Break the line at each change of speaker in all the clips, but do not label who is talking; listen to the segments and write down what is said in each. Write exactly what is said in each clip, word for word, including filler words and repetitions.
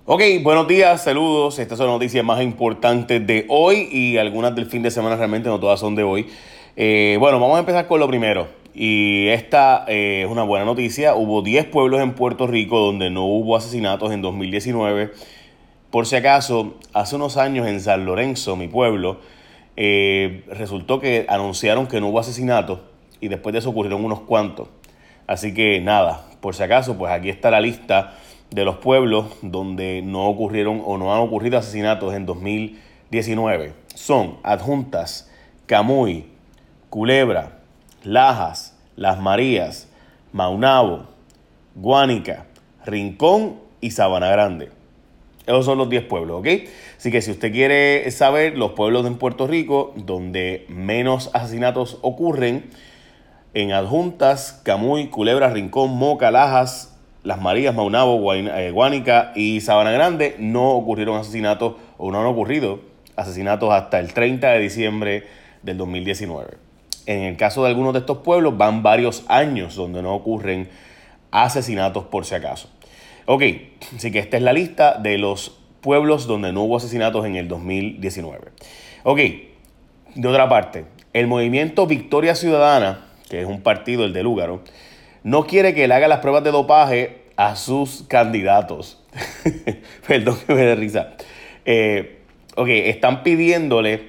Ok, buenos días, saludos. Estas son las noticias más importantes de hoy y algunas del fin de semana, realmente no todas son de hoy. Eh, bueno, vamos a empezar con lo primero. Y esta eh, es una buena noticia. Hubo diez pueblos en Puerto Rico donde no hubo asesinatos en dos mil diecinueve. Por si acaso, hace unos años en San Lorenzo, mi pueblo, eh, resultó que anunciaron que no hubo asesinatos y después de eso ocurrieron unos cuantos. Así que nada, por si acaso, pues aquí está la lista de los pueblos donde no ocurrieron o no han ocurrido asesinatos en dos mil diecinueve. Son Adjuntas, Camuy, Culebra, Lajas, Las Marías, Maunabo, Guánica, Rincón y Sabana Grande. Esos son los diez pueblos, ¿ok? Así que si usted quiere saber los pueblos en Puerto Rico donde menos asesinatos ocurren, en Adjuntas, Camuy, Culebra, Rincón, Moca, Lajas, Las Marías, Maunabo, Guánica y Sabana Grande no ocurrieron asesinatos o no han ocurrido asesinatos hasta el treinta de diciembre del dos mil diecinueve. En el caso de algunos de estos pueblos van varios años donde no ocurren asesinatos por si acaso. Ok, así que esta es la lista de los pueblos donde no hubo asesinatos en el dos mil diecinueve. Ok, de otra parte, el movimiento Victoria Ciudadana, que es un partido, el de Lúgaro, no quiere que le haga las pruebas de dopaje a sus candidatos. Perdón que me dé risa. Eh, ok, están pidiéndole,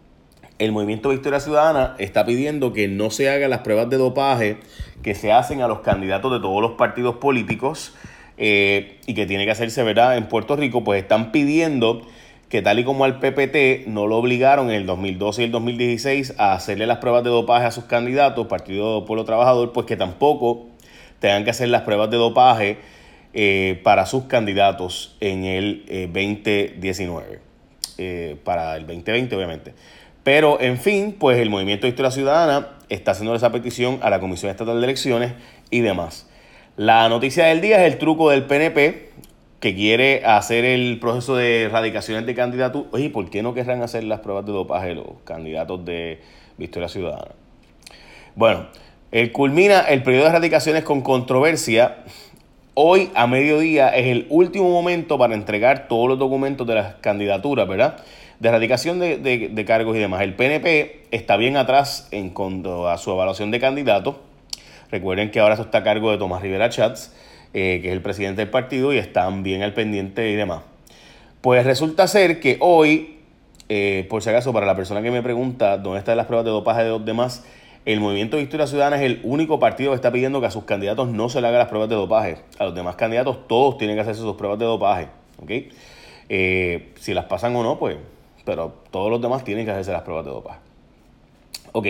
el movimiento Victoria Ciudadana está pidiendo que no se hagan las pruebas de dopaje que se hacen a los candidatos de todos los partidos políticos eh, y que tiene que hacerse, ¿verdad? En Puerto Rico, pues están pidiendo que tal y como al P P T no lo obligaron en el dos mil doce y el dos mil dieciséis a hacerle las pruebas de dopaje a sus candidatos, Partido Pueblo Trabajador, pues que tampoco tengan que hacer las pruebas de dopaje eh, para sus candidatos en el eh, veinte diecinueve, eh, para el veinte veinte obviamente. Pero, en fin, pues el Movimiento de Historia Ciudadana está haciendo esa petición a la Comisión Estatal de Elecciones y demás. La noticia del día es el truco del P N P, que quiere hacer el proceso de erradicaciones de candidatos. Oye, ¿por qué no querrán hacer las pruebas de dopaje los candidatos de Victoria Ciudadana? Bueno, el culmina el periodo de erradicaciones con controversia. Hoy a mediodía es el último momento para entregar todos los documentos de las candidaturas, ¿verdad? De erradicación de, de, de cargos y demás. El P N P está bien atrás en cuanto a su evaluación de candidatos. Recuerden que ahora eso está a cargo de Tomás Rivera Chats, eh, que es el presidente del partido, y están bien al pendiente y demás. Pues resulta ser que hoy, eh, por si acaso, para la persona que me pregunta dónde están las pruebas de dopaje de los demás, el Movimiento Victoria Ciudadana es el único partido que está pidiendo que a sus candidatos no se le hagan las pruebas de dopaje. A los demás candidatos todos tienen que hacerse sus pruebas de dopaje, ¿ok? Eh, si las pasan o no, pues, pero todos los demás tienen que hacerse las pruebas de dopaje. Ok.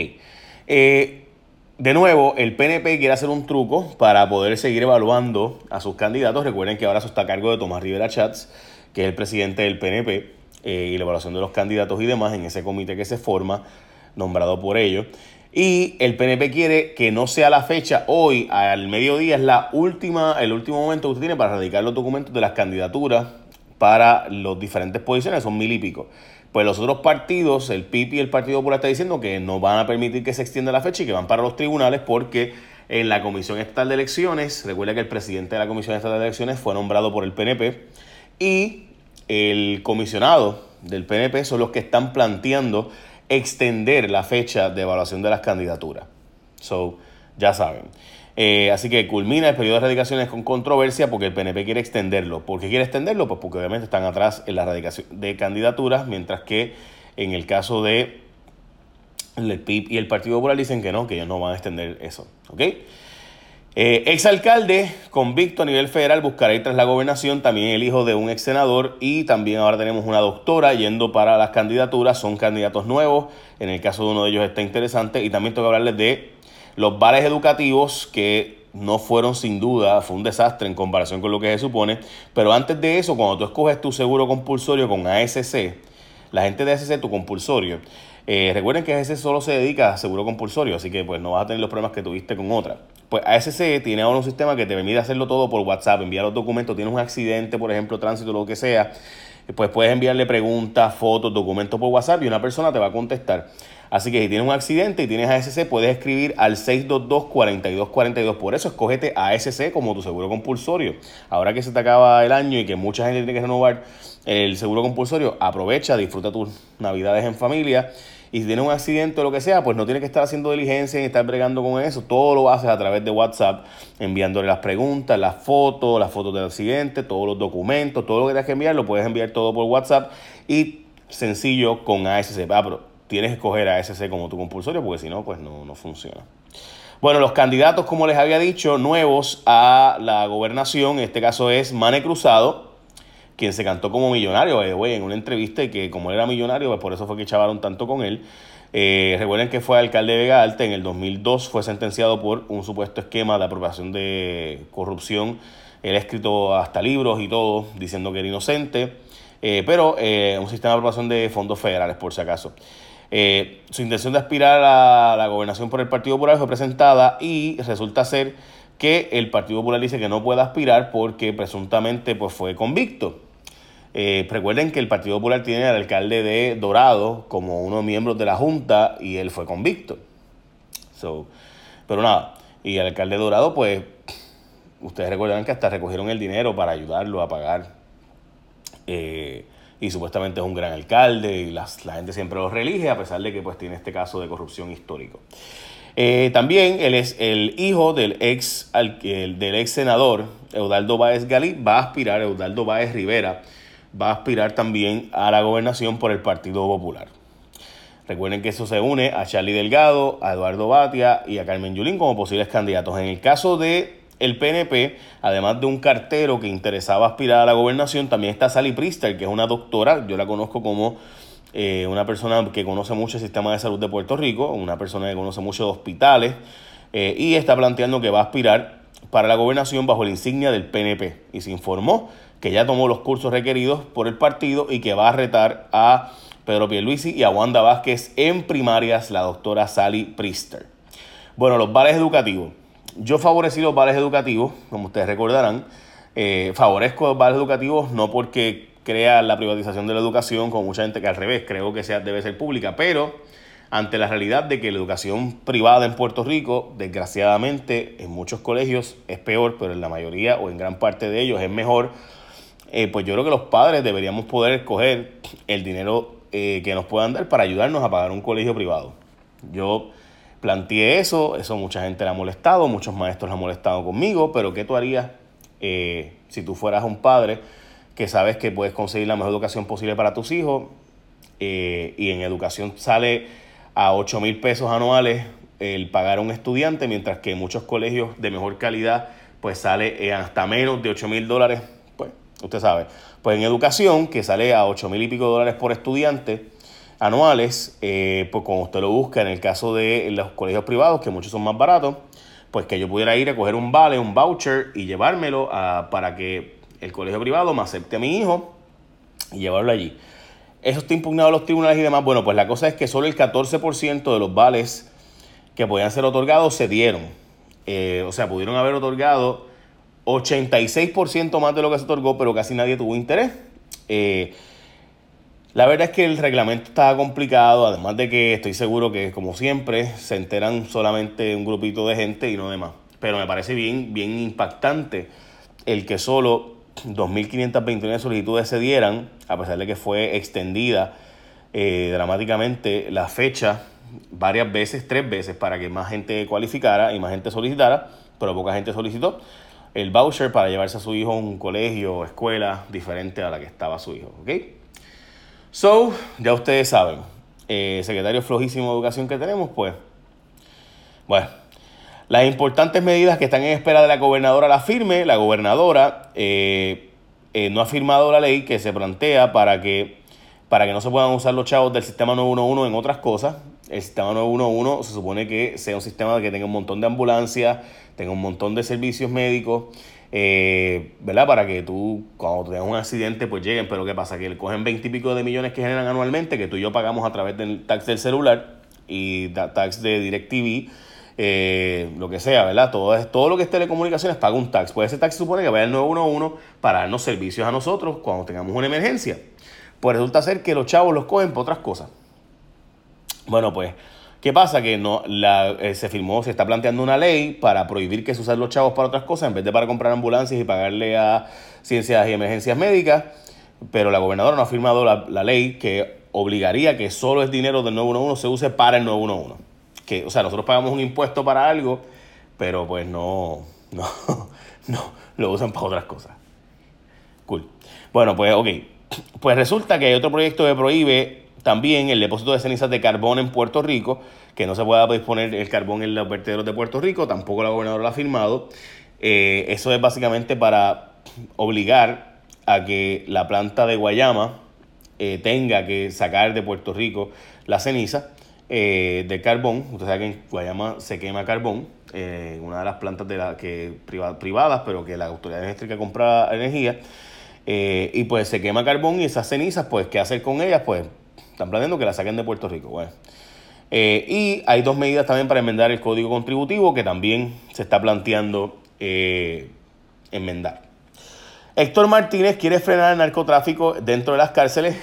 Eh, de nuevo, el P N P quiere hacer un truco para poder seguir evaluando a sus candidatos. Recuerden que ahora eso está a cargo de Tomás Rivera Chats, que es el presidente del P N P, eh, y la evaluación de los candidatos y demás en ese comité que se forma, nombrado por ellos. Y el P N P quiere que no sea la fecha, hoy al mediodía es la última, el último momento que usted tiene para radicar los documentos de las candidaturas para las diferentes posiciones, son mil y pico. Pues los otros partidos, el P I P y el Partido Popular, está diciendo que no van a permitir que se extienda la fecha y que van para los tribunales porque en la Comisión Estatal de Elecciones, recuerda que el presidente de la Comisión Estatal de Elecciones fue nombrado por el P N P y el comisionado del P N P son los que están planteando extender la fecha de evaluación de las candidaturas. So, ya saben. Eh, así que culmina el periodo de erradicaciones con controversia porque el P N P quiere extenderlo. ¿Por qué quiere extenderlo? Pues porque obviamente están atrás en la erradicación de candidaturas, mientras que en el caso de el P I P y el Partido Popular dicen que no, que ellos no van a extender eso. ¿Ok? Eh, exalcalde convicto a nivel federal buscará ir tras la gobernación, también el hijo de un ex senador, y también ahora tenemos una doctora yendo para las candidaturas. Son candidatos nuevos, en el caso de uno de ellos está interesante, y también tengo que hablarles de los vales educativos que no fueron, sin duda, fue un desastre en comparación con lo que se supone. Pero antes de eso, cuando tú escoges tu seguro compulsorio con A S C, la gente de A S C, tu compulsorio, eh, recuerden que A S C solo se dedica a seguro compulsorio, así que pues no vas a tener los problemas que tuviste con otra. Pues A S C tiene ahora un sistema que te permite hacerlo todo por WhatsApp, enviar los documentos. Tienes un accidente, por ejemplo, tránsito, lo que sea, pues puedes enviarle preguntas, fotos, documentos por WhatsApp y una persona te va a contestar. Así que si tienes un accidente y tienes A S C, puedes escribir al seis dos dos, cuatro dos cuatro dos. Por eso, escógete A S C como tu seguro compulsorio. Ahora que se te acaba el año y que mucha gente tiene que renovar el seguro compulsorio, aprovecha, disfruta tus navidades en familia. Y si tienes un accidente o lo que sea, pues no tienes que estar haciendo diligencia y estar bregando con eso. Todo lo haces a través de WhatsApp, enviándole las preguntas, las fotos, las fotos del accidente, todos los documentos, todo lo que tengas que enviar, lo puedes enviar todo por WhatsApp y sencillo con A S C. Ah, pero tienes que escoger A S C como tu compulsorio porque si no, pues no, no funciona. Bueno, los candidatos, como les había dicho, nuevos a la gobernación, en este caso es Mane Cruzado, quien se cantó como millonario, eh, güey, en una entrevista, y que como él era millonario, pues por eso fue que chavaron tanto con él. Eh, recuerden que fue alcalde de Vega Alta, en el dos mil dos fue sentenciado por un supuesto esquema de apropiación de corrupción. Él ha escrito hasta libros y todo, diciendo que era inocente, eh, pero eh, un sistema de apropiación de fondos federales, por si acaso. Eh, su intención de aspirar a la gobernación por el Partido Popular fue presentada y resulta ser que el Partido Popular dice que no puede aspirar porque presuntamente pues, fue convicto. Eh, recuerden que el Partido Popular tiene al alcalde de Dorado como uno de los miembros de la Junta y él fue convicto. So, pero nada, y el alcalde de Dorado, pues, ustedes recordarán que hasta recogieron el dinero para ayudarlo a pagar. Eh, y supuestamente es un gran alcalde y las, la gente siempre lo reelige a pesar de que pues tiene este caso de corrupción histórico. Eh, también él es el hijo del ex, el, del ex senador Eudaldo Báez Galí, va a aspirar, Eudaldo Báez Rivera, va a aspirar también a la gobernación por el Partido Popular. Recuerden que eso se une a Charlie Delgado, a Eduardo Batia y a Carmen Yulín como posibles candidatos. En el caso de el P N P, además de un cartero que interesaba aspirar a la gobernación, también está Sally Priester, que es una doctora, yo la conozco como eh, una persona que conoce mucho el sistema de salud de Puerto Rico, una persona que conoce mucho de hospitales, eh, y está planteando que va a aspirar para la gobernación bajo la insignia del P N P. Y se informó que ya tomó los cursos requeridos por el partido y que va a retar a Pedro Pierluisi y a Wanda Vázquez en primarias, la doctora Sally Priester. Bueno, los vales educativos. Yo favorecí los vales educativos, como ustedes recordarán. Eh, favorezco los vales educativos no porque crea la privatización de la educación, con mucha gente que al revés, creo que sea, debe ser pública, pero ante la realidad de que la educación privada en Puerto Rico, desgraciadamente, en muchos colegios es peor, pero en la mayoría o en gran parte de ellos es mejor, eh, pues yo creo que los padres deberíamos poder escoger el dinero eh, que nos puedan dar para ayudarnos a pagar un colegio privado. Yo planteé eso, eso mucha gente le ha molestado, muchos maestros le han molestado conmigo, pero ¿qué tú harías eh, si tú fueras un padre que sabes que puedes conseguir la mejor educación posible para tus hijos eh, y en educación sale a ocho mil pesos anuales el pagar a un estudiante, mientras que en muchos colegios de mejor calidad pues sale eh, hasta menos de ocho mil dólares, pues usted sabe, pues en educación que sale a ocho mil y pico dólares por estudiante anuales, eh, pues como usted lo busca en el caso de los colegios privados, que muchos son más baratos, pues que yo pudiera ir a coger un vale, un voucher y llevármelo a, para que el colegio privado me acepte a mi hijo y llevarlo allí. Eso está impugnado a los tribunales y demás. Bueno, pues la cosa es que solo el catorce por ciento de los vales que podían ser otorgados se dieron. Eh, o sea, pudieron haber otorgado ochenta y seis por ciento más de lo que se otorgó, pero casi nadie tuvo interés. Eh, La verdad es que el reglamento estaba complicado, además de que estoy seguro que, como siempre, se enteran solamente un grupito de gente y no demás. Pero me parece bien, bien impactante el que solo dos mil quinientas veintinueve solicitudes se dieran, a pesar de que fue extendida eh, dramáticamente la fecha varias veces, tres veces, para que más gente cualificara y más gente solicitara, pero poca gente solicitó el voucher para llevarse a su hijo a un colegio o escuela diferente a la que estaba su hijo, ¿ok? So, ya ustedes saben, eh, secretario flojísimo de educación que tenemos, pues, bueno, las importantes medidas que están en espera de la gobernadora la firme. La gobernadora eh, eh, no ha firmado la ley que se plantea para que, para que no se puedan usar los chavos del sistema nueve uno uno en otras cosas. El sistema nueve uno uno se supone que sea un sistema que tenga un montón de ambulancias, tenga un montón de servicios médicos, Eh, ¿verdad? Para que tú, cuando tengas un accidente, pues lleguen. Pero ¿qué pasa? Que le cogen veinte y pico de millones que generan anualmente, que tú y yo pagamos a través del tax del celular y tax de DirecTV, eh, lo que sea, ¿verdad? Todo, es, todo lo que es telecomunicaciones paga un tax. Pues ese tax supone que vaya al nueve uno uno para darnos servicios a nosotros cuando tengamos una emergencia. Pues resulta ser que los chavos los cogen por otras cosas. Bueno, pues, ¿qué pasa? Que no la, eh, se firmó, se está planteando una ley para prohibir que se usen los chavos para otras cosas en vez de para comprar ambulancias y pagarle a ciencias y emergencias médicas. Pero la gobernadora no ha firmado la, la ley que obligaría que solo el dinero del nueve uno uno se use para el nueve uno uno. Que, o sea, nosotros pagamos un impuesto para algo, pero pues no, no, no lo usan para otras cosas. Cool. Bueno, pues ok. Pues resulta que hay otro proyecto que prohíbe también el depósito de cenizas de carbón en Puerto Rico, que no se pueda disponer el carbón en los vertederos de Puerto Rico, tampoco la gobernadora lo ha firmado. Eh, eso es básicamente para obligar a que la planta de Guayama eh, tenga que sacar de Puerto Rico la ceniza eh, del carbón. Usted sabe que en Guayama se quema carbón, eh, una de las plantas de la que priva, privadas, pero que la autoridad eléctrica compra energía. Eh, y pues se quema carbón y esas cenizas, pues, ¿qué hacer con ellas? Pues están planeando que las saquen de Puerto Rico. Bueno. Eh, y hay dos medidas también para enmendar el código contributivo que también se está planteando eh, enmendar. Héctor Martínez quiere frenar el narcotráfico dentro de las cárceles.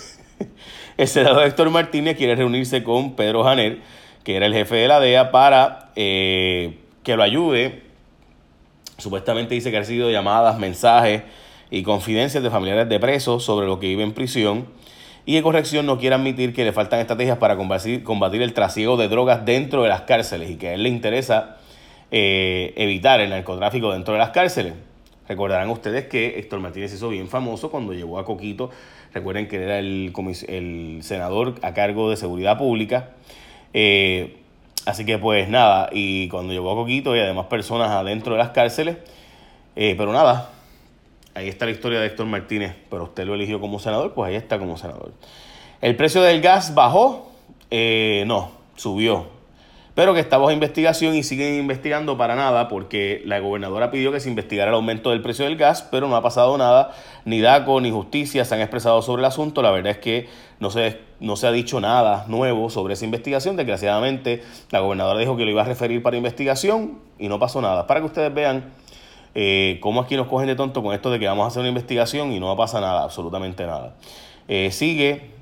El senador Héctor Martínez quiere reunirse con Pedro Janel, que era el jefe de la D E A, para eh, que lo ayude. Supuestamente dice que ha recibido llamadas, mensajes y confidencias de familiares de presos sobre lo que vive en prisión, y de corrección no quiere admitir que le faltan estrategias para combatir, combatir el trasiego de drogas dentro de las cárceles y que a él le interesa eh, evitar el narcotráfico dentro de las cárceles. Recordarán ustedes que Héctor Martínez se hizo bien famoso cuando llegó a Coquito. Recuerden que era el, el senador a cargo de seguridad pública. Eh, así que pues nada, y cuando llegó a Coquito y además personas adentro de las cárceles, eh, pero nada, ahí está la historia de Héctor Martínez, pero usted lo eligió como senador, pues ahí está como senador. ¿El precio del gas bajó? Eh, no, subió. Pero que está bajo investigación y siguen investigando para nada porque la gobernadora pidió que se investigara el aumento del precio del gas, pero no ha pasado nada. Ni DACO ni Justicia se han expresado sobre el asunto. La verdad es que no se, no se ha dicho nada nuevo sobre esa investigación. Desgraciadamente, la gobernadora dijo que lo iba a referir para investigación y no pasó nada. Para que ustedes vean eh, cómo aquí nos cogen de tonto con esto de que vamos a hacer una investigación y no pasa nada, absolutamente nada. Eh, sigue...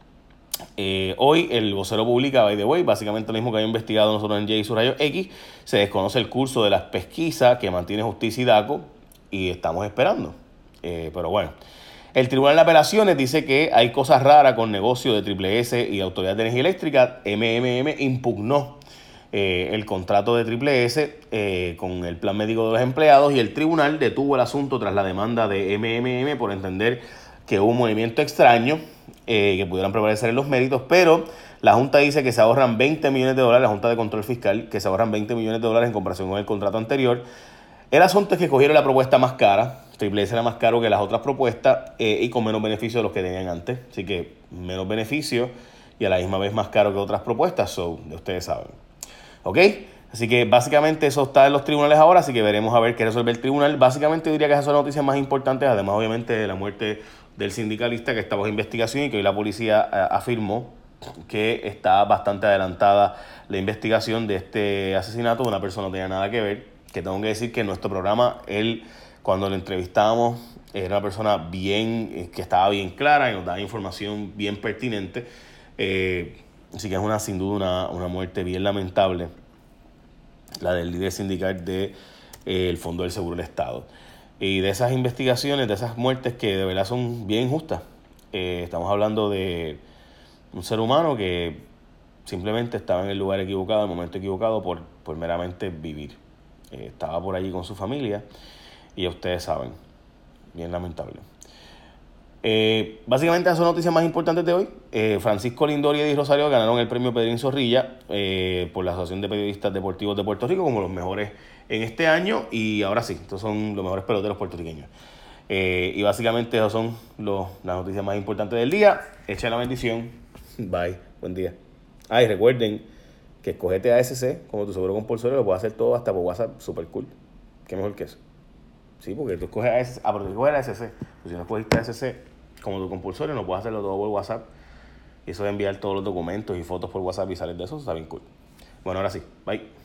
Eh, hoy el vocero publica, by the way, básicamente lo mismo que había investigado nosotros en J y su Rayo X. Se desconoce el curso de las pesquisas que mantiene Justicia y DACO y estamos esperando. Eh, pero bueno, el Tribunal de Apelaciones dice que hay cosas raras con negocio de Triple S y Autoridad de Energía Eléctrica. M M M impugnó eh, el contrato de Triple S eh, con el plan médico de los empleados y el tribunal detuvo el asunto tras la demanda de M M M por entender que hubo un movimiento extraño. Eh, que pudieran prevalecer en los méritos, pero la Junta dice que se ahorran veinte millones de dólares, la Junta de Control Fiscal, que se ahorran veinte millones de dólares en comparación con el contrato anterior. El asunto es que cogieron la propuesta más cara, Triple S era más caro que las otras propuestas eh, y con menos beneficio de los que tenían antes, así que menos beneficio y a la misma vez más caro que otras propuestas, so, ustedes saben. ¿Ok? Así que básicamente eso está en los tribunales ahora, así que veremos a ver qué resuelve el tribunal. Básicamente diría que esas son las noticias más importantes, además obviamente de la muerte del sindicalista que está bajo investigación y que hoy la policía eh, afirmó que está bastante adelantada la investigación de este asesinato de una persona que no tenía nada que ver, que tengo que decir que en nuestro programa, él, cuando lo entrevistábamos, era una persona bien, eh, que estaba bien clara y nos daba información bien pertinente, eh, así que es una, sin duda una, una muerte bien lamentable, la del líder sindical del de, eh, Fondo del Seguro del Estado. Y de esas investigaciones, de esas muertes que de verdad son bien injustas. Eh, estamos hablando de un ser humano que simplemente estaba en el lugar equivocado, en el momento equivocado, por, por meramente vivir. Eh, estaba por allí con su familia y ya ustedes saben, bien lamentable. Eh, básicamente esas son noticias más importantes de hoy. Eh, Francisco Lindor y Eddie Rosario ganaron el premio Pedrín Zorrilla eh, por la Asociación de Periodistas Deportivos de Puerto Rico como los mejores en este año. Y ahora sí, estos son los mejores peloteros puertorriqueños. Eh, y básicamente esas son los, las noticias más importantes del día. Echa la bendición. Bye. Buen día. Ah, y recuerden que escogete A S C como tu seguro compulsorio, lo puedes hacer todo hasta por WhatsApp. Super cool. ¿Qué mejor que eso? Sí, porque tú escoges A S C. Ah, pero tú escoges A S C. Pues si no escogiste A S C como tu compulsorio, no puedes hacerlo todo por WhatsApp. Y eso de enviar todos los documentos y fotos por WhatsApp y salir de eso, está bien cool. Bueno, ahora sí. Bye.